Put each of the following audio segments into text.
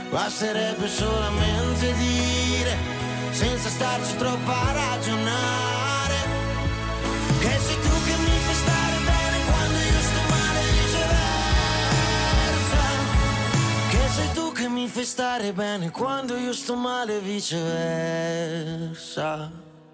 Basterebbe solamente dire, senza starci troppo a ragionare, che sei tu che mi fai stare bene quando io sto male e viceversa. Che sei tu che mi fai stare bene quando io sto male e viceversa.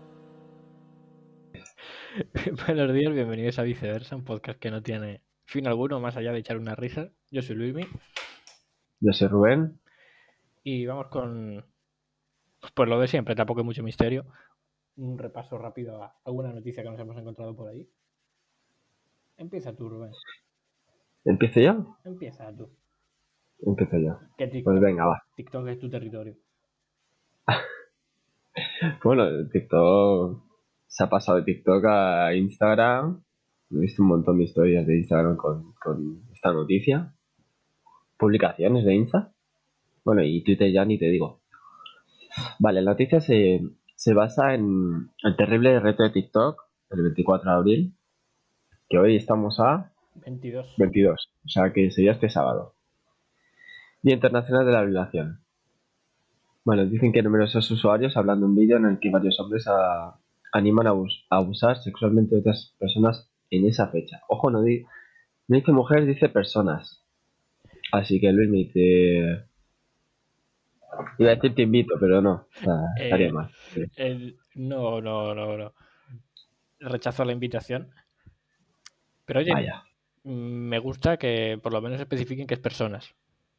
Buenos días, bienvenidos a Viceversa, un podcast que no tiene fin alguno más allá de echar una risa. Yo soy Luismi. Yo soy Rubén. Y vamos con pues lo de siempre, tampoco hay mucho misterio. Un repaso rápido a alguna noticia que nos hemos encontrado por ahí. Empieza tú, Rubén. ¿Empiezo yo? Empieza tú. Empiezo yo. Que TikTok, Pues venga, va. TikTok es tu territorio. Bueno, TikTok se ha pasado de TikTok a Instagram. He visto un montón de historias de Instagram con esta noticia. Publicaciones de Insta. Bueno, y Twitter ya ni te digo. Vale, la noticia se basa en el terrible reto de TikTok el 24 de abril, que hoy estamos a 22, o sea que sería este sábado. Día Internacional de la Violación. Bueno, dicen que numerosos usuarios hablan de un vídeo en el que varios hombres animan a abusar sexualmente de otras personas en esa fecha. Ojo, no dice mujer, dice personas. Así que Luis, te iba a decir te invito, pero no, estaría mal. No. Rechazo la invitación. Pero oye, Vaya. Me gusta que por lo menos especifiquen que es personas.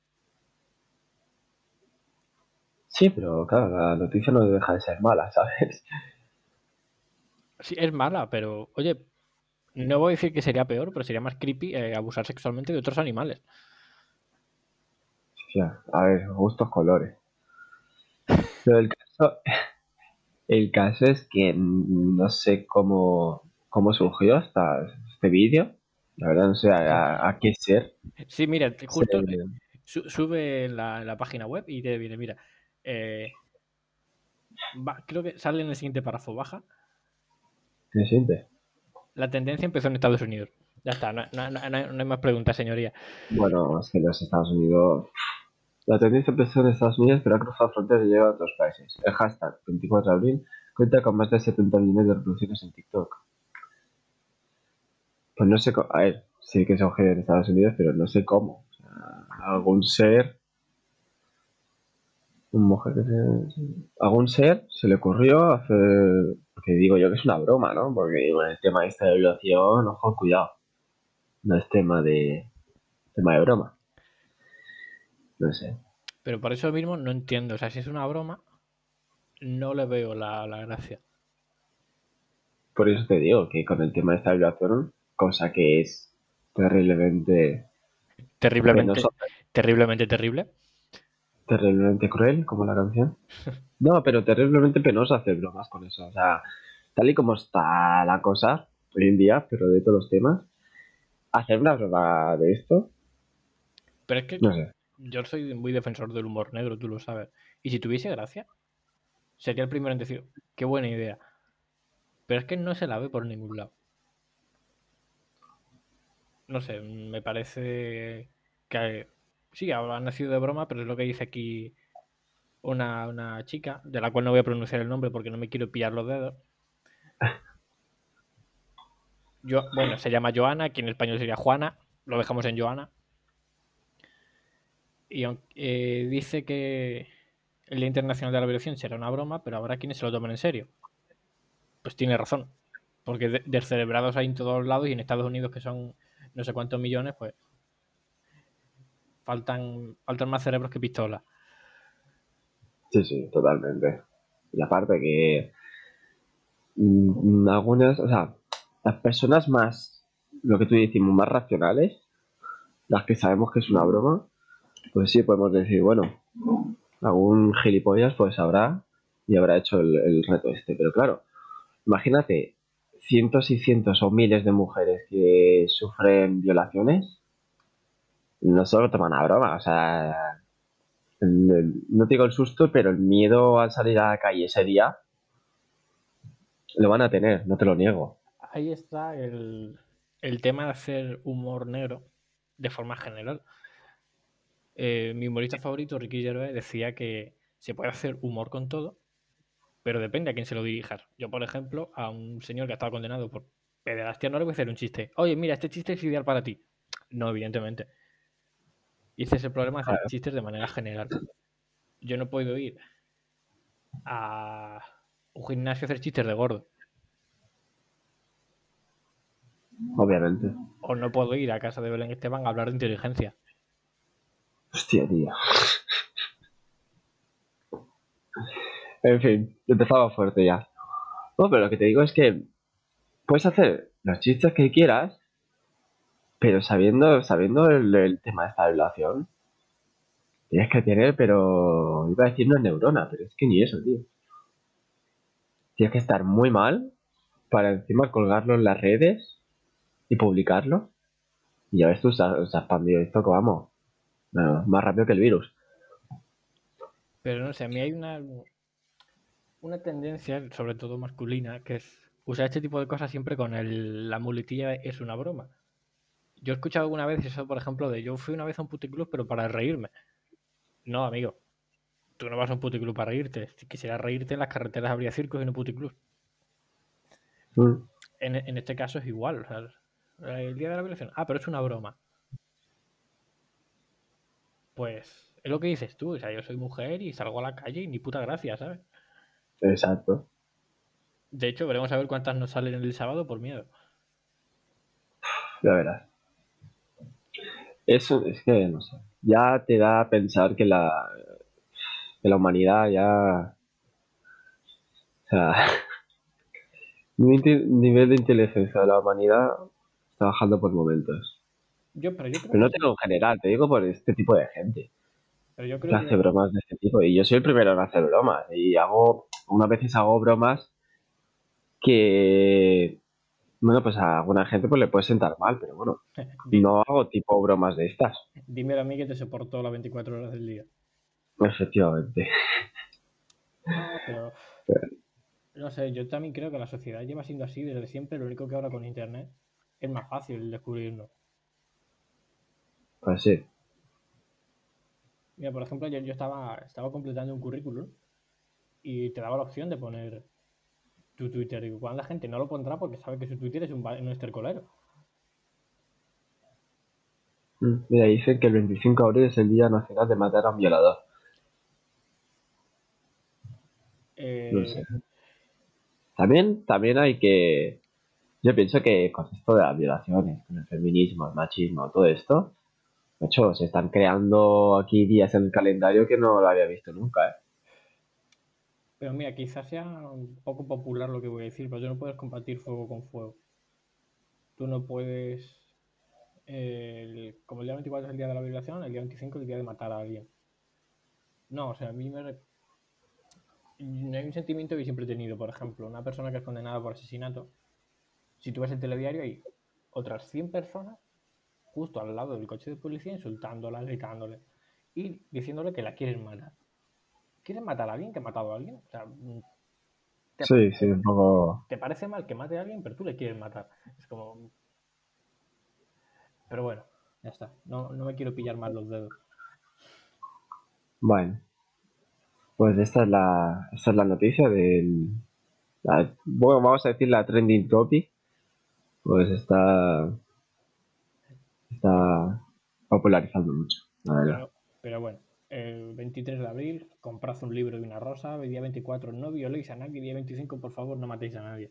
Sí, pero claro, la noticia no deja de ser mala, ¿sabes? Sí, es mala, pero oye, no voy a decir que sería peor, pero sería más creepy abusar sexualmente de otros animales. Hostia, a ver, gustos, colores. Pero el caso es que no sé cómo surgió este vídeo. La verdad no sé a qué ser. Sí, mira, justo sube la página web y te viene, mira. Creo que sale en el siguiente párrafo, baja. ¿Qué siente? La tendencia empezó en Estados Unidos. Ya está, no hay más preguntas, señoría. Bueno, es que los Estados Unidos... La tendencia empezó en Estados Unidos, pero ha cruzado fronteras y llega a otros países. El hashtag 24 de abril cuenta con más de 70 millones de reproducciones en TikTok. Pues no sé, a ver, sí que se surge en Estados Unidos, pero no sé cómo. O sea, algún ser... Algún ser se le ocurrió hacer... Porque digo yo que es una broma, ¿no? Porque bueno, el tema este de violación, ojo, cuidado. No es tema de broma. No sé. Pero por eso mismo no entiendo. O sea, si es una broma, no le veo la gracia. Por eso te digo que con el tema de esta violación, cosa que es terriblemente penoso, terrible. Terriblemente cruel, como la canción. No, pero terriblemente penoso hacer bromas con eso. O sea, tal y como está la cosa hoy en día, pero de todos los temas, hacer una broma de esto, Pero es que no sé. yo soy muy defensor del humor negro, tú lo sabes. Y si tuviese gracia, sería el primero en decir, qué buena idea. Pero es que no se la ve por ningún lado. No sé, me parece que sí, ha nacido de broma, pero es lo que dice aquí una chica, de la cual no voy a pronunciar el nombre porque no me quiero pillar los dedos. Bueno, se llama Joana, aquí en español sería Juana, lo dejamos en Joana. Y dice que el Día Internacional de la Violación será una broma, pero habrá quienes se lo tomen en serio. Pues tiene razón, porque descerebrados hay en todos lados y en Estados Unidos, que son no sé cuántos millones, pues faltan más cerebros que pistolas. Sí, totalmente. Y aparte que algunas, o sea, las personas más, lo que tú decimos, más racionales, las que sabemos que es una broma, pues sí podemos decir, bueno, algún gilipollas pues habrá y habrá hecho el reto este. Pero claro, imagínate cientos y cientos o miles de mujeres que sufren violaciones, no solo toman a broma, o sea, no te digo el susto, pero el miedo al salir a la calle ese día lo van a tener, no te lo niego. Ahí está el tema de hacer humor negro de forma general. Mi humorista favorito, Ricky Gervais, decía que se puede hacer humor con todo, pero depende a quién se lo dirijas. Yo, por ejemplo, a un señor que ha estado condenado por pederastia no le voy a hacer un chiste. Oye, mira, este chiste es ideal para ti. No, evidentemente. Y ese es el problema de hacer Claro, chistes de manera general. Yo no puedo ir a un gimnasio a hacer chistes de gordo. obviamente. O no puedo ir a casa de Belén Esteban a hablar de inteligencia. Hostia, tío. En fin, empezaba fuerte ya. No, pero lo que te digo es que puedes hacer los chistes que quieras, pero sabiendo el tema de esta violación, tienes que tener, pero iba a decir una neurona, pero es que ni eso, tío. Tienes que estar muy mal para encima colgarlo en las redes y publicarlo. Y ya ves tú, se ha expandido esto que vamos, bueno, más rápido que el virus. Pero no sé, a mí hay una tendencia, sobre todo masculina, que es usar este tipo de cosas siempre con la muletilla de es una broma. Yo he escuchado alguna vez eso, por ejemplo, de yo fui una vez a un puticlub, pero para reírme. No, amigo, tú no vas a un puticlub para reírte. Si quisieras reírte, en las carreteras habría circos y no puticlubs. Mm, En este caso es igual. O sea, el día de la violación. Ah, pero es una broma. Pues es lo que dices tú. O sea, yo soy mujer y salgo a la calle y ni puta gracia, ¿sabes? exacto. De hecho, veremos a ver cuántas nos salen el sábado por miedo. Ya verás. Eso es que, no sé. Ya te da a pensar que la humanidad ya. O sea, nivel de inteligencia de la humanidad está bajando por momentos. Pero yo creo Pero que no te digo en general, te digo por este tipo de gente pero yo que creo hace que bromas de este tipo. Y yo soy el primero en hacer bromas. Y unas veces hago bromas que, bueno, pues a alguna gente pues le puede sentar mal, pero bueno, no hago tipo bromas de estas. dímelo a mí que te soportó las 24 horas del día. Efectivamente. No, pero no sé, yo también creo que la sociedad lleva siendo así desde siempre. Lo único que ahora con internet es más fácil descubrirlo. Pues sí. Mira, por ejemplo, yo estaba completando un currículum y te daba la opción de poner tu Twitter. Y igual la gente no lo pondrá porque sabe que su Twitter es un estercolero. Mira, dicen que el 25 de abril es el Día Nacional de Matar a un Violador. No sé. Eh, También hay que. Yo pienso que con esto de las violaciones, con el feminismo, el machismo, todo esto, de hecho, se están creando aquí días en el calendario que no lo había visto nunca, ¿eh? pero mira, quizás sea un poco popular lo que voy a decir, pero tú no puedes combatir fuego con fuego. Tú no puedes. Como el día 24 es el día de la violación, el día 25 es el día de matar a alguien. No, o sea, a mí no hay un sentimiento que siempre he tenido. Por ejemplo, una persona que es condenada por asesinato, si tú ves el telediario hay otras 100 personas justo al lado del coche de policía insultándola, gritándole y diciéndole que la quieren matar. ¿Quieren matar a alguien que ha matado a alguien? O sea, ¿te Sí, sí, parece, un poco. te parece mal que mate a alguien, pero tú le quieres matar? Es como. Pero bueno, ya está. No, no me quiero pillar más los dedos. Bueno, pues esta es la noticia bueno, vamos a decir la trending topic. Pues está popularizando mucho, la verdad. Pero bueno, el 23 de abril, comprad un libro y una rosa. El día 24 no violéis a nadie. El día 25, por favor, no matéis a nadie.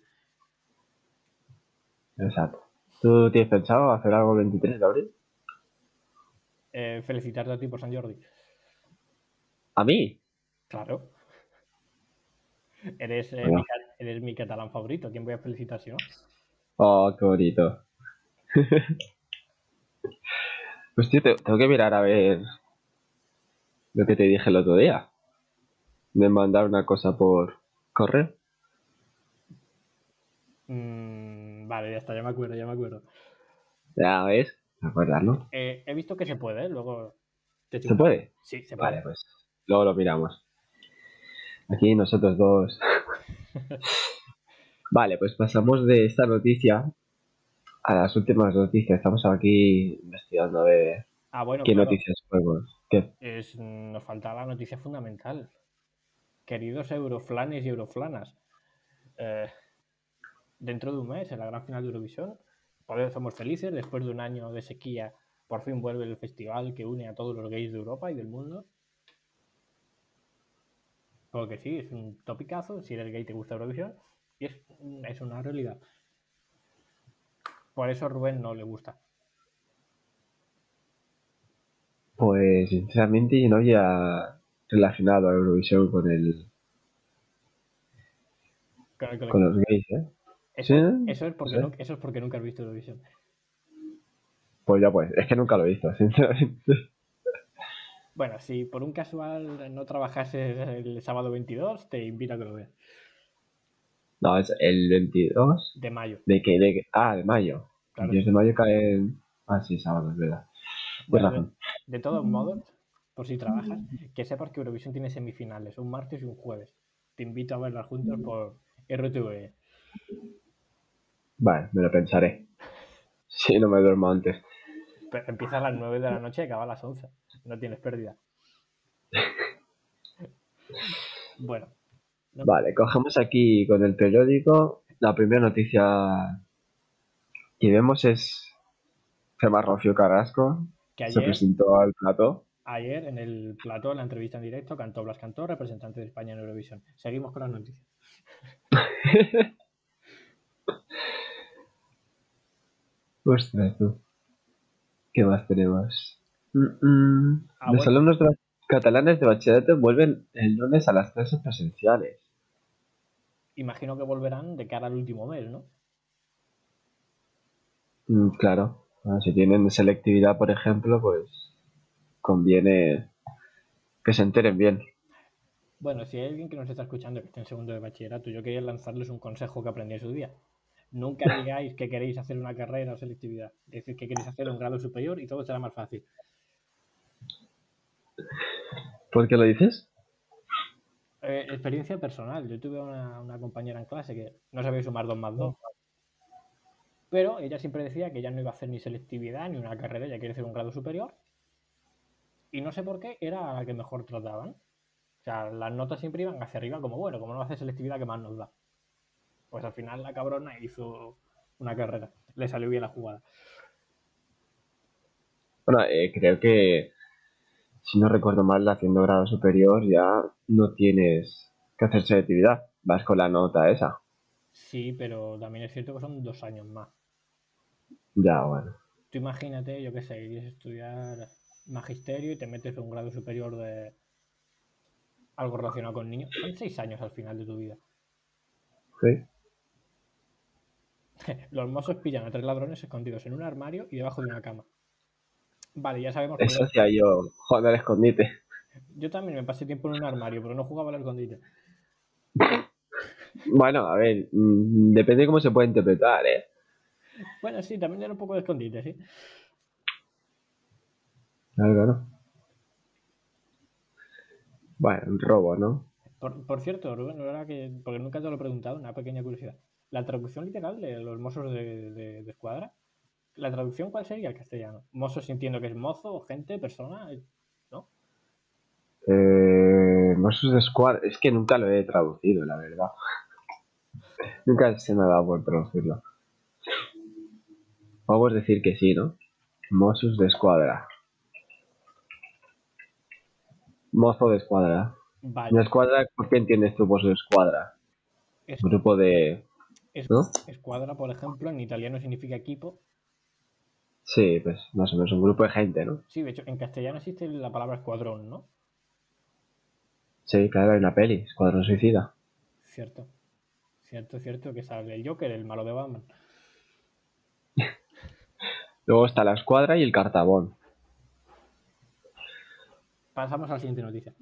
Exacto. ¿Tú tienes pensado hacer algo el 23 de abril? Felicitarte a ti por San Jordi. ¿A mí? Claro, eres, eh, mi, Bueno. eres mi catalán favorito. ¿Quién voy a felicitar si no? Oh, qué bonito. Pues tío, tengo que mirar a ver lo que te dije el otro día. Me mandar una cosa por correo. Vale, ya está, ya me acuerdo, ya me acuerdo. Ya ves, acordarlo. He visto que se puede, luego te echo ¿Se un cable. puede? Sí, se Vale, puede. pues luego lo miramos. Aquí nosotros dos. Vale, pues pasamos de esta noticia a las últimas noticias. Estamos aquí investigando a ver Ah, bueno, qué claro. noticias podemos. ¿Qué? Nos falta la noticia fundamental. Queridos euroflanes y euroflanas, dentro de un mes, en la gran final de Eurovisión, somos felices, después de un año de sequía, por fin vuelve el festival que une a todos los gays de Europa y del mundo. Porque sí, es un topicazo, si eres gay te gusta Eurovisión, y es una realidad. Por eso a Rubén no le gusta. Pues sinceramente yo no había relacionado a Eurovisión con con los gays, ¿eh? Eso, ¿Sí? eso es porque Sí. eso es porque nunca has visto Eurovisión. Pues ya pues, es que nunca lo he visto, sinceramente. Bueno, si por un casual no trabajases el sábado 22, te invito a que lo veas. No, es el 22 De mayo. ¿De qué? De mayo. Claro. El 10 de mayo cae en... Ah, sí, sábado, es verdad. Bueno, Tienes razón. de todos modos, por si trabajas, que sepas que Eurovisión tiene semifinales, un martes y un jueves. Te invito a verlas juntos por RTV. Vale, me lo pensaré. Si no me duermo antes. Pero empieza a las 9 de la noche y acaba a las 11. No tienes pérdida. Bueno. ¿no? Vale, cogemos aquí con el periódico. La primera noticia que vemos es Gemma Rocío Carrasco. Que Se presentó al plató. Ayer en el plató, en la entrevista en directo, cantó Blas Cantó, representante de España en Eurovisión. Seguimos con las noticias. Ostras, tú. ¿Qué más tenemos? Los Bueno, alumnos catalanes de bachillerato vuelven el lunes a las clases presenciales. imagino que volverán de cara al último mes, ¿no? Claro. Si tienen selectividad, por ejemplo, pues conviene que se enteren bien. Bueno, si hay alguien que nos está escuchando que esté en segundo de bachillerato, yo quería lanzarles un consejo que aprendí en su día. Nunca digáis que queréis hacer una carrera o selectividad. Decid que queréis hacer un grado superior y todo será más fácil. ¿Por qué lo dices? Experiencia personal. Yo tuve una compañera en clase que no sabía sumar 2 más 2. Pero ella siempre decía que ella no iba a hacer ni selectividad ni una carrera, ella quiere hacer un grado superior. Y no sé por qué era a la que mejor trataban. O sea, las notas siempre iban hacia arriba como, bueno, como no hace selectividad, ¿qué más nos da? Pues al final la cabrona hizo una carrera. Le salió bien la jugada. Bueno, creo que, si no recuerdo mal, haciendo grado superior ya no tienes que hacer selectividad. Vas con la nota esa. Sí, pero también es cierto que son 2 años más. Ya, bueno. Tú imagínate, yo qué sé, quieres estudiar magisterio y te metes en un grado superior de algo relacionado con niños. Son 6 años al final de tu vida. Sí. Los mozos pillan a 3 ladrones escondidos en un armario y debajo de una cama. Vale, ya sabemos. Eso hacía yo jugando al escondite. Yo también me pasé tiempo en un armario, pero no jugaba al escondite. Bueno, a ver, depende de cómo se puede interpretar, ¿eh? Bueno, sí, también era un poco de escondite, sí. Claro. Bueno, un robo, ¿no? Por cierto, Rubén, la verdad que, porque nunca te lo he preguntado, una pequeña curiosidad. La traducción literal de los mozos de escuadra, ¿la traducción cuál sería al castellano? Mozos entiendo que es mozo, gente, persona, ¿no? Mossos de Squad, es que nunca lo he traducido, la verdad. Nunca se me ha dado por traducirlo. Vamos a decir que sí, ¿no? Mossos de Escuadra. Mozo de escuadra. Vale. Una escuadra, ¿por qué entiendes tú mozo de escuadra? Grupo de... ¿no? Escuadra, por ejemplo, en italiano significa equipo. Sí, pues más o menos un grupo de gente, ¿no? Sí, de hecho, en castellano existe la palabra escuadrón, ¿no? Sí, claro, hay una peli, Escuadrón Suicida. Cierto, que sale el Joker, el malo de Batman. Luego está la escuadra y el cartabón. Pasamos a la siguiente noticia.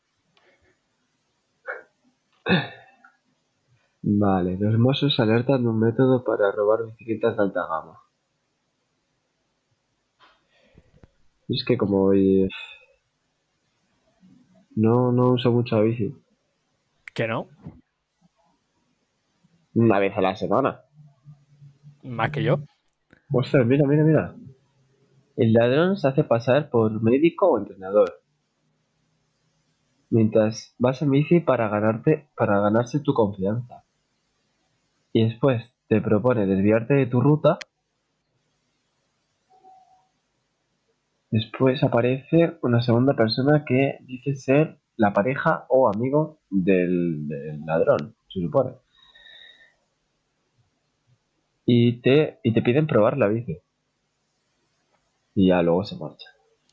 Vale, los Mossos alertan de un método para robar bicicletas de alta gama. Es que como no uso mucho la bici. ¿Que no? Una vez a la semana. Más que yo. Ostras, mira. El ladrón se hace pasar por médico o entrenador. mientras vas en bici para ganarse tu confianza. Y después te propone desviarte de tu ruta. Después aparece una segunda persona que dice ser la pareja o amigo del ladrón, se supone. Y te piden probar la bici. Y ya luego se marcha.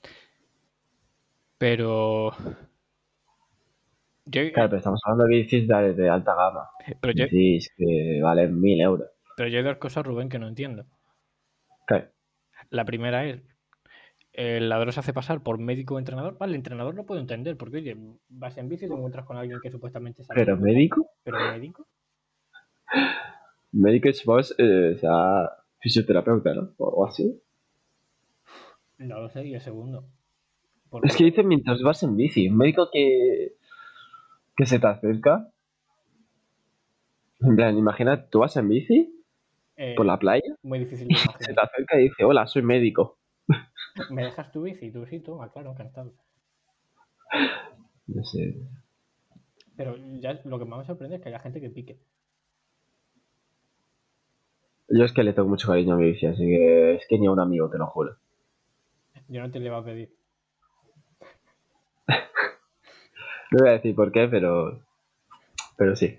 Pero yo, Claro, pero estamos hablando de bicis de alta gama. pero yo, Bicis que valen 1.000 euros. pero yo hay dos cosas, Rubén, que no entiendo. Claro. La primera es, el ladrón se hace pasar por médico o entrenador. Vale, el entrenador lo puedo entender, porque oye, vas en bici y te encuentras con alguien que supuestamente sabe Pero de cosas, médico, pero médico. médico es vos, sea fisioterapeuta, ¿no? O algo así. No lo sé, y el segundo. Es Porque que dice mientras vas en bici. Un médico que se te acerca. En plan, imagina, tú vas en bici por la playa muy difícil y de se imaginar. te acerca y dice, hola, soy médico. ¿Me dejas tu bici? Tú sí, toma, claro, encantado. No sé. Pero ya lo que más me sorprende es que haya gente que pique. Yo es que le tengo mucho cariño a mi bici, así que es que ni a un amigo, te lo juro. Yo no te le voy a pedir. No voy a decir por qué, pero sí.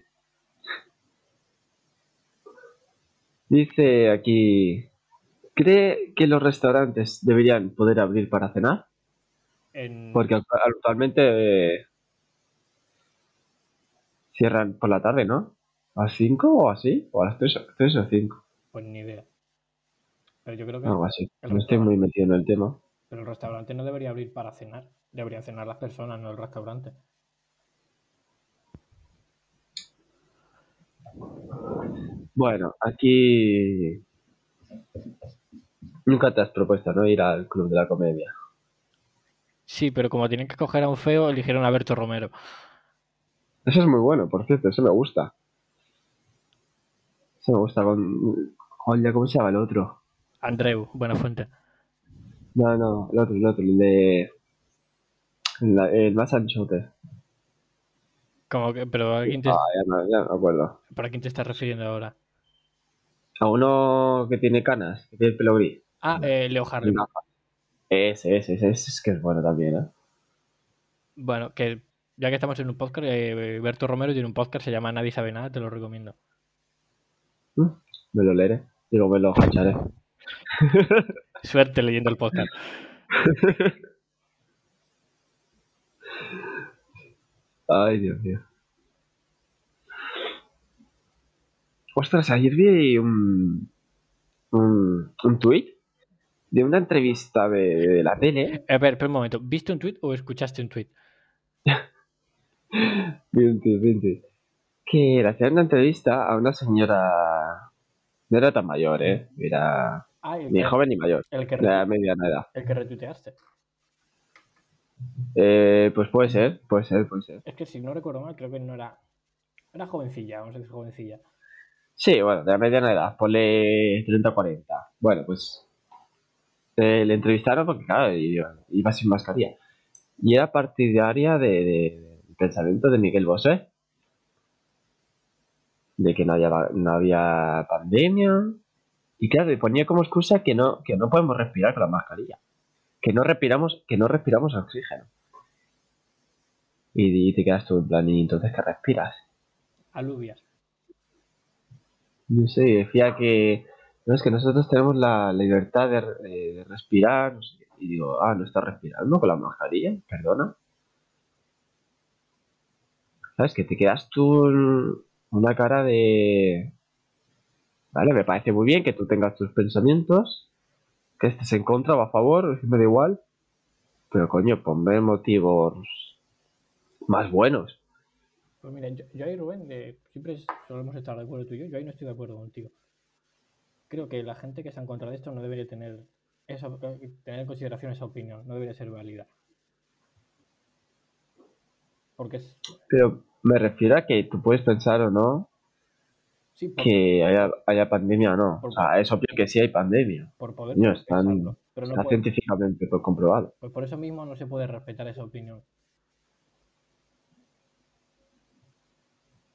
Dice aquí, ¿cree que los restaurantes deberían poder abrir para cenar? En... Porque actualmente cierran por la tarde, ¿no? ¿A las 5 o así? ¿O a las 3 o 5? Pues ni idea. Pero yo creo que Algo así. el No estoy muy restaurante, metido en el tema. pero el restaurante no debería abrir para cenar. Deberían cenar las personas, no el restaurante. Bueno, aquí nunca te has propuesto, ¿no? Ir al Club de la Comedia. Sí, pero como tienen que coger a un feo, eligieron a Berto Romero. Eso es muy bueno, por cierto, eso me gusta. Eso me gusta con... Joder, ¿cómo se llama el otro? Andreu, Buenafuente. No, el otro, el de... el más anchote. Como que, pero Ya no me acuerdo. ¿para quién te estás refiriendo ahora? A uno que tiene canas, que tiene el pelo gris. Ah, Leo Y Harlem. gafas. Ese es que es bueno también, ¿eh? Bueno, que ya que estamos en un podcast, Berto Romero tiene un podcast, se llama Nadie sabe nada, te lo recomiendo. Mm, Me lo leeré. Digo, me lo hacharé. Suerte leyendo el podcast. Ay, Dios mío. Ostras, ayer vi un tuit de una entrevista de la tele. A ver, espera un momento. ¿Viste un tweet o escuchaste un tweet? Vi un tuit. Que le hacían una entrevista a una señora. No era tan mayor, ¿eh? Era Ah, ni joven ni mayor. el que, Era mediana edad. el que retuiteaste. Pues puede ser. Es que si no recuerdo mal, creo que no era. Era jovencilla, vamos a decir jovencilla. Sí, bueno, de la mediana edad. Ponle 30 o 40. Bueno, pues le entrevistaron porque, claro, iba sin mascarilla. Y era partidaria del pensamiento de Miguel Bosé, de que no había pandemia. Y claro, y ponía como excusa que no podemos respirar con la mascarilla. Que no respiramos oxígeno. Y te quedas tú en plan, ¿y entonces qué respiras? Alubias. No sé, y decía que no, es que nosotros tenemos la libertad de respirar. No sé qué. Y digo, no estás respirando con la mascarilla, perdona. ¿Sabes? Que te quedas tú una cara de... Vale, me parece muy bien que tú tengas tus pensamientos, que estés en contra o a favor, me da igual. Pero coño, ponme motivos más buenos. Pues mira, yo ahí, Rubén, siempre solemos estar de acuerdo tú y yo. Yo ahí no estoy de acuerdo contigo. Creo que la gente que está en contra de esto no debería tener tener en consideración esa opinión, no debería ser válida. Porque es. Pero me refiero a que tú puedes pensar o no Sí, que haya pandemia o no. O por, sea, es obvio que sí hay pandemia. por poder Coño, pensarlo. Pero no está puede. científicamente comprobado. Pues por eso mismo no se puede respetar esa opinión.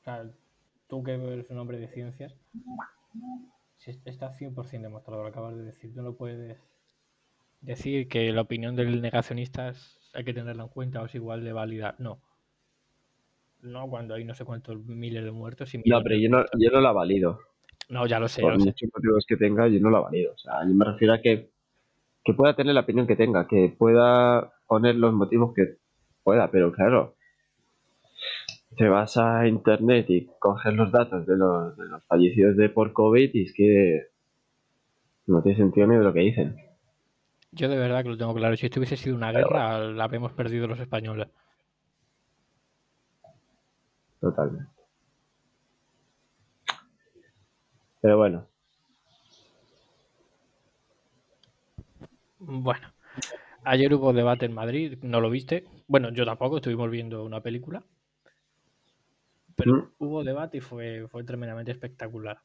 Claro, tú que eres un hombre de ciencias, si está 100% demostrado, lo acabas de decir, tú no puedes decir que la opinión del negacionista hay que tenerla en cuenta o es igual de válida. No. No cuando hay no sé cuántos miles de muertos y No, millones pero de yo no, muertos. yo no la valido. No, ya lo sé, ya Por lo sé. muchos motivos que tenga, yo no la valido. O sea, yo me refiero a que pueda tener la opinión que tenga, que pueda poner los motivos que pueda, pero claro, te vas a internet y coges los datos de los fallecidos de por COVID y es que no tiene sentido ni de lo que dicen. Yo de verdad que lo tengo claro. Si esto hubiese sido una Pero bueno, guerra, la habríamos perdido los españoles. totalmente. Pero bueno, Bueno, ayer hubo debate en Madrid, ¿no lo viste? Bueno, yo tampoco, estuvimos viendo una película, pero ¿Mm? hubo debate y fue tremendamente espectacular.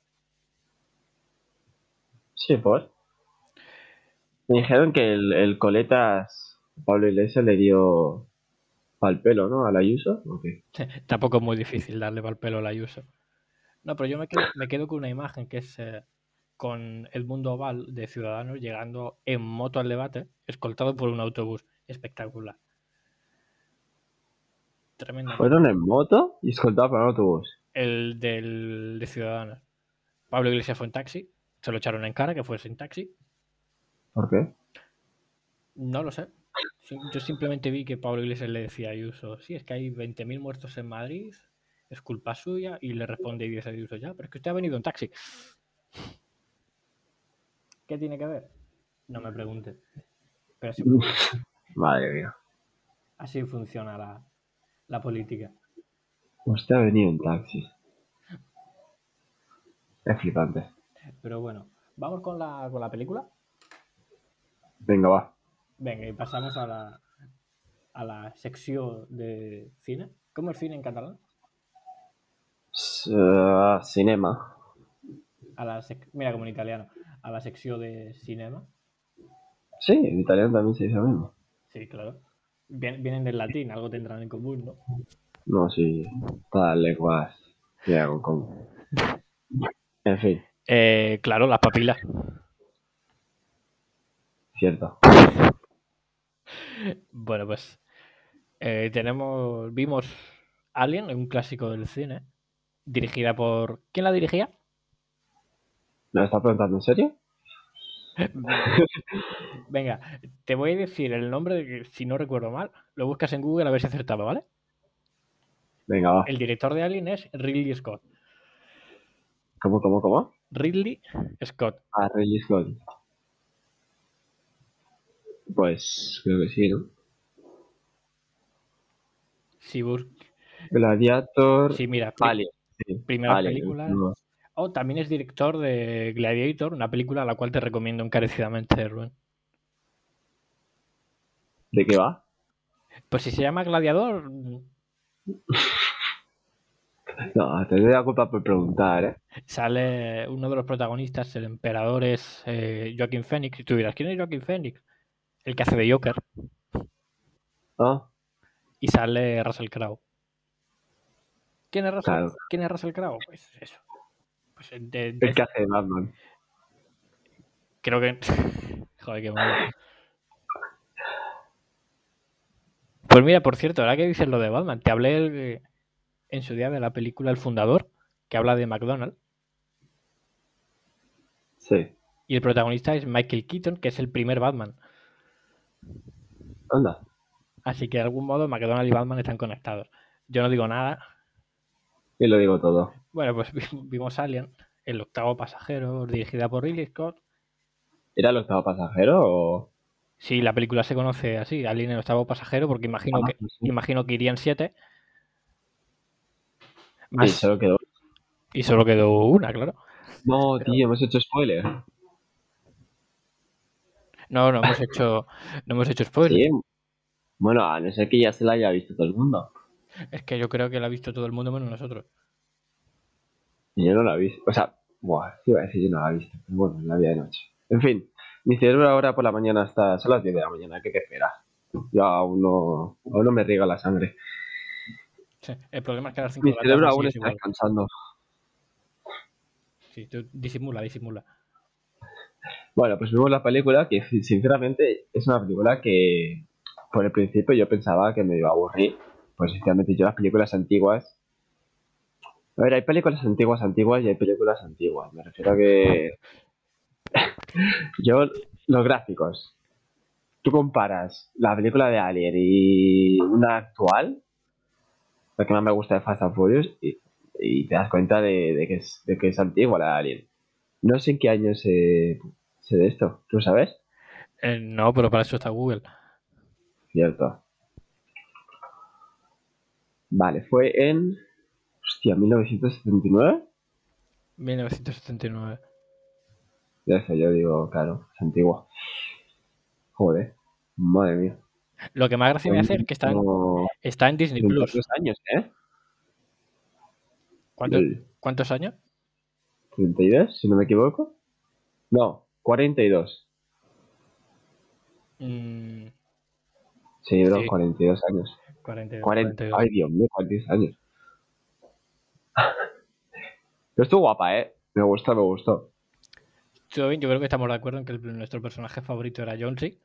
Sí, pues. Me dijeron que el coletas Pablo Iglesias le dio pal pelo, ¿no? A la Ayuso. ¿O qué? Tampoco es muy difícil darle pal pelo al Ayuso. No, pero yo me quedo con una imagen que es con el mundo oval de Ciudadanos llegando en moto al debate, escoltado por un autobús. Espectacular. Tremendamente. Fueron en moto y escoltados por un autobús. El de Ciudadanos. Pablo Iglesias fue en taxi, se lo echaron en cara que fuese en taxi. ¿Por qué? No lo sé. Yo simplemente vi que Pablo Iglesias le decía a Ayuso, sí, es que hay 20.000 muertos en Madrid, es culpa suya, y le responde Iglesias a Ayuso, ya, pero es que usted ha venido en taxi. ¿Qué tiene que ver? No me pregunte. Pero Madre mía. así funciona la política. Usted ha venido en taxi. Es flipante. Pero bueno, vamos con la película. Venga, va. Venga, y pasamos a la sección de cine. ¿Cómo es cine en catalán? Cinema. Mira, como en italiano. A la sección de cinema. Sí, en italiano también se dice lo mismo. Sí, claro. Vienen del latín, algo tendrán en común, ¿no? No, sí. Todas las lenguas tienen algo en común. En fin, Claro, las papilas. cierto. Bueno, pues vimos Alien, un clásico del cine, dirigida por... ¿Quién la dirigía? ¿Me lo estás preguntando en serio? Venga, te voy a decir el nombre, si no recuerdo mal, lo buscas en Google a ver si acertado, ¿vale? Venga, va. El director de Alien es Ridley Scott. ¿Cómo? Ridley Scott. Ah, Ridley Scott. Pues creo que sí, ¿no? Si bus... Gladiator. Sí, mira, Alien. Sí, primeras Alien. películas. No. También es director de Gladiator, una película a la cual te recomiendo encarecidamente, Rubén. ¿De qué va? Pues si se llama Gladiador, No, te doy la culpa por preguntar, ¿eh? sale uno de los protagonistas, el emperador es Joaquín Phoenix. Y tú dirás, ¿quién es Joaquín Phoenix? El que hace de Joker. ¿No? Y sale Russell Crowe. Claro. ¿Quién es Russell Crowe? Pues eso. Pues El que hace Batman. creo que... Joder, qué malo. Pues mira, por cierto, ahora que dices lo de Batman, te hablé en su día de la película El Fundador, que habla de McDonald's. Sí. Y el protagonista es Michael Keaton, que es el primer Batman. Anda. Así que de algún modo McDonald's y Batman están conectados. Yo no digo nada. Y lo digo todo. Bueno, pues vimos Alien, el octavo pasajero, dirigida por Ridley Scott. ¿Era el octavo pasajero o...? Sí, la película se conoce así, Alien el octavo pasajero, porque Ah, pues sí. imagino que irían 7. Y Más. solo quedó. Y solo quedó una, claro. No, Pero tío, hemos hecho spoiler. no hemos hecho spoiler. Sí. Bueno, a no ser que ya se la haya visto todo el mundo. Es que yo creo que la ha visto todo el mundo menos nosotros. Y yo no la he visto. O sea, buah, iba a decir yo no la he visto. Pero bueno, la vi de noche. En fin, mi cerebro ahora por la mañana son las 10 de la mañana. ¿Qué te esperas? Yo aún no me riega la sangre. Sí, el problema es que a las 5 Mi de la cerebro tarde aún sigues está igual. descansando. Sí, tú disimula. Bueno, pues vimos la película que sinceramente es una película que por el principio yo pensaba que me iba a aburrir. Pues sinceramente yo las películas antiguas... A ver, hay películas antiguas y hay películas antiguas. Me refiero a que yo, los gráficos, tú comparas la película de Alien y una actual, la que más me gusta de Fast and Furious, y te das cuenta de que es antigua la de Alien. No sé en qué año se de esto, ¿tú sabes? No, pero para eso está Google. Cierto. Vale, fue en... Hostia, 1979. 1979. Ya sé, yo digo, claro, es antigua. Joder, madre mía. Lo que más gracia me Son hace es que como está en Disney Plus. 32 años, ¿eh? ¿Cuántos, Lol. cuántos años? 32, si no me equivoco. No, 42. Mm, Sí, bro, sí, 42 años. 42, 40. 42. Ay, Dios mío, 42 años. Pero estuvo guapa, ¿eh? Me gustó, me gustó. Todo bien, yo creo que estamos de acuerdo en que nuestro personaje favorito era John C.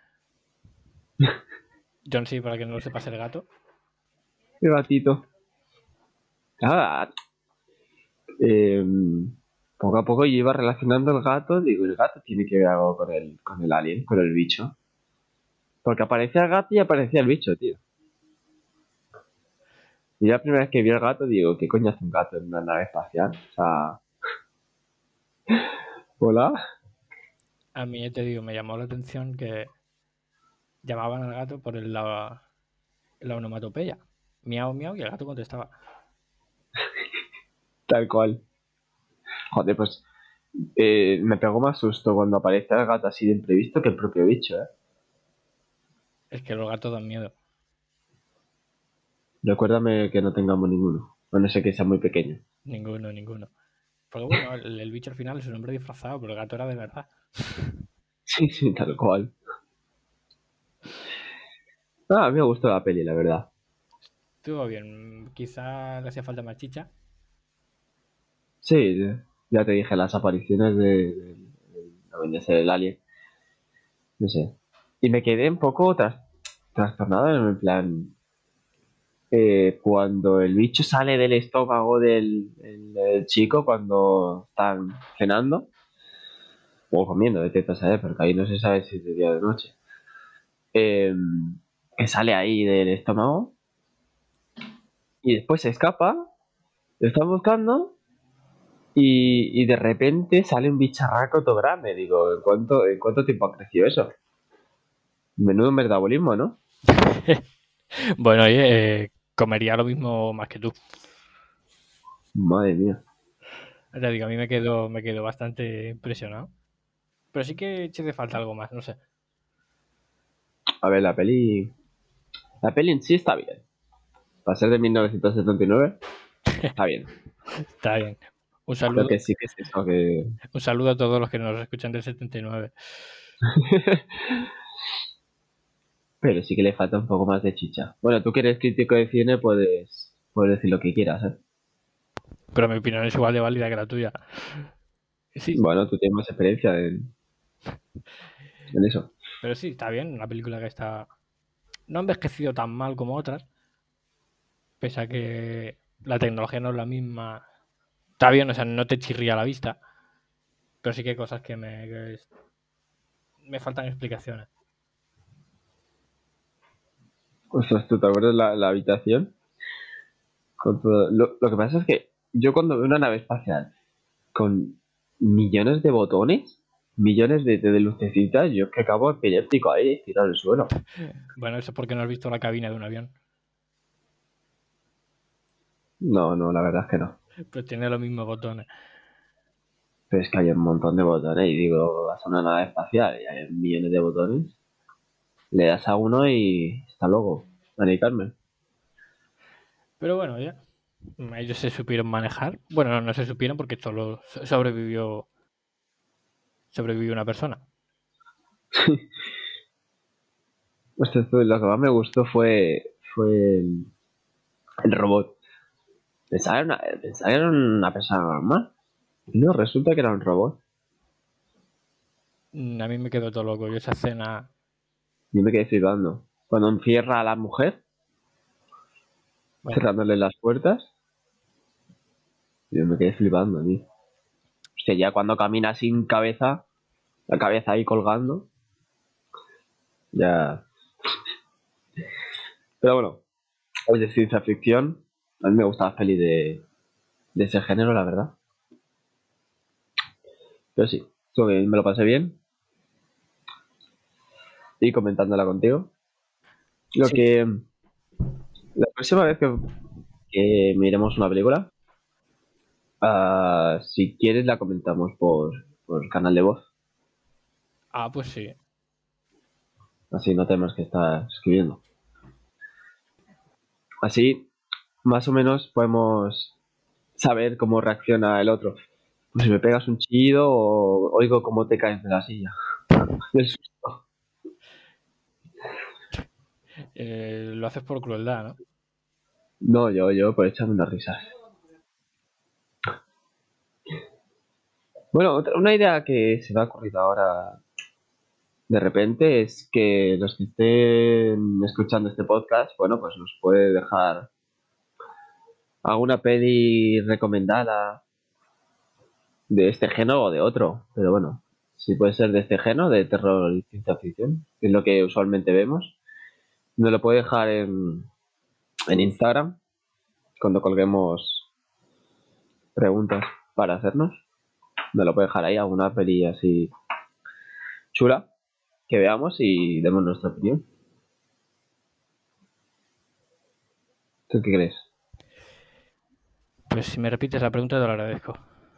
John C, para que no lo sepa, es el gato. Qué gatito. Ah, eh, poco a poco yo iba relacionando el gato. Digo, el gato tiene que ver algo con el alien, con el bicho. Porque aparecía el gato y aparecía el bicho, tío. Y la primera vez que vi al gato, digo, ¿qué coño hace un gato en una nave espacial? O sea, hola. A mí, ya te digo, me llamó la atención que llamaban al gato por la onomatopeya. Miau, miau, y el gato contestaba. Tal cual. Joder, pues me pegó más susto cuando aparece el gato así de imprevisto que el propio bicho, ¿eh? Es que los gatos dan miedo. Recuérdame que no tengamos ninguno. A no ser que sea muy pequeño. Ninguno. Porque bueno, el bicho al final es un hombre disfrazado, pero el gato era de verdad. Sí, sí, tal cual. Ah, a mí me gustó la peli, la verdad. Estuvo bien. Quizá le hacía falta más chicha. Sí, ya te dije, las apariciones no venía a ser el alien. No sé. Y me quedé un poco trastornado en plan. Cuando el bicho sale del estómago del chico cuando están cenando o comiendo, de a saber, porque ahí no se sabe si es de día o de noche. Eh, que sale ahí del estómago y después se escapa, lo están buscando y de repente sale un bicharraco todo grande. Digo, en cuánto tiempo ha crecido eso? Menudo metabolismo, ¿no? Bueno, oye, comería lo mismo más que tú. Madre mía. Ya digo, a mí me quedó bastante impresionado. Pero sí que eché de falta algo más, no sé. A ver, la peli en sí está bien. Para ser de 1979, está bien. Está bien. Un Lo saludo, que sí que es eso que... un saludo a todos los que nos escuchan del 79. Pero sí que le falta un poco más de chicha. Bueno, tú que eres crítico de cine, puedes decir lo que quieras, ¿eh? Pero mi opinión es igual de válida que la tuya. Sí, Bueno, tú tienes más experiencia en eso. pero sí, está bien. Una película que no ha envejecido tan mal como otras, pese a que la tecnología no es la misma. Está bien, o sea, no te chirría a la vista, pero sí que hay cosas que me faltan explicaciones. Ostras, ¿tú te acuerdas la habitación? Con todo... Lo que pasa es que yo cuando veo una nave espacial con millones de botones, millones de lucecitas, yo es que acabo epiléptico ahí, tirado al suelo. Bueno, eso es porque no has visto la cabina de un avión. No, no, la verdad es que no. Pues tiene los mismos botones. Pero es que hay un montón de botones y digo, vas a una nave espacial y hay millones de botones. Le das a uno y hasta luego. Mari Carmen. Pero bueno, ya. Ellos se supieron manejar. Bueno, no se supieron porque solo sobrevivió una persona. Hostia, lo que más me gustó fue El robot. Pensaba que era una persona normal. No, resulta que era un robot. A mí me quedó todo loco. Yo esa escena... Yo me quedé flipando. Cuando encierra a la mujer, Bueno, cerrándole las puertas, yo me quedé flipando, tío. Hostia, ya cuando camina sin cabeza, la cabeza ahí colgando, ya... Pero bueno, es de ciencia ficción. A mí me gusta la peli de ese género, la verdad. Pero sí, estuvo bien, me lo pasé bien. Y comentándola contigo. Lo sí. que... La próxima vez que miremos una película, si quieres la comentamos por canal de voz. Ah, pues sí. Así no tenemos que estar escribiendo. Así, más o menos podemos saber cómo reacciona el otro. Pues si me pegas un chillido o oigo cómo te caes de la silla. Del susto. Lo haces por crueldad, ¿no? No, yo por echarme unas risas. Bueno, una idea que se me ha ocurrido ahora de repente es que los que estén escuchando este podcast, bueno, pues nos puede dejar alguna peli recomendada de este género o de otro. Pero bueno, si puede ser de este género, de terror y ciencia ficción, que es lo que usualmente vemos. Nos lo puede dejar en Instagram cuando colguemos preguntas para hacernos. Nos lo puede dejar ahí alguna peli así chula que veamos y demos nuestra opinión. ¿Tú qué crees? Pues si me repites la pregunta te lo agradezco.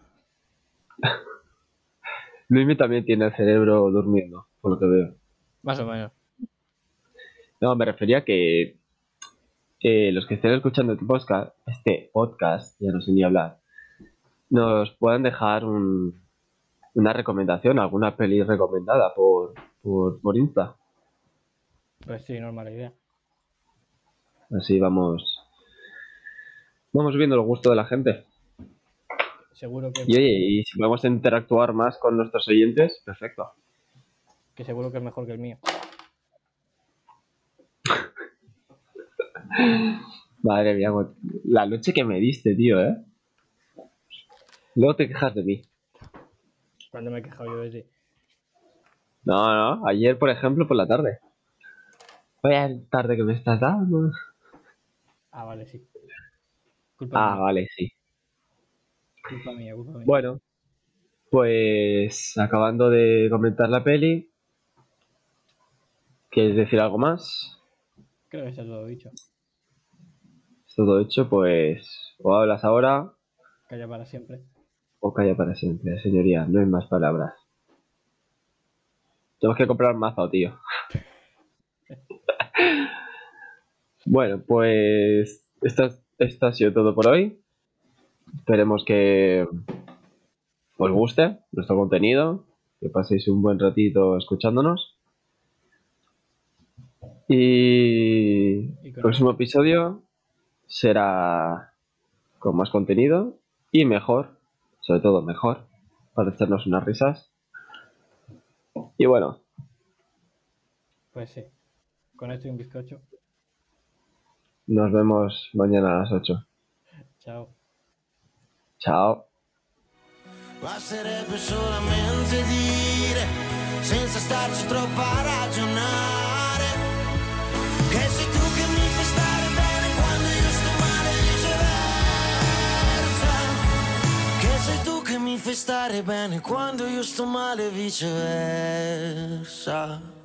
Luismi también tiene el cerebro durmiendo, por lo que veo. Más o menos. No, me refería que los que estén escuchando este podcast, ya no sé ni hablar, nos puedan dejar una recomendación, alguna peli recomendada por Insta. Pues sí, no es mala idea. Así vamos viendo el gusto de la gente. Seguro que, Y oye, y si podemos interactuar más con nuestros oyentes, perfecto. que seguro que es mejor que el mío. Madre mía, la noche que me diste, tío, ¿eh? Luego te quejas de mí. Cuando me he quejado yo de ti. No, ayer, por ejemplo, por la tarde. Vaya tarde que me estás dando. Ah, vale, sí. Culpa mía, Vale, sí. culpa mía. Bueno, pues acabando de comentar la peli, ¿quieres decir algo más? Creo que está todo dicho. Todo hecho, pues o hablas ahora Calla para siempre. o calla para siempre, señoría, no hay más palabras. Tenemos que comprar mazo, tío. Bueno, pues esto ha sido todo por hoy. Esperemos que os guste nuestro contenido, que paséis un buen ratito escuchándonos. Y el próximo episodio será con más contenido y mejor, sobre todo mejor, para echarnos unas risas. Y bueno, Pues sí. Con esto y un bizcocho. nos vemos mañana a las 8. Ciao. Ciao. Basterebbe solamente dire, senza starci troppo a ragionare, che sei tu che mi fai stare bene quando io sto male e viceversa. Che sei tu che mi fai stare bene quando io sto male e viceversa.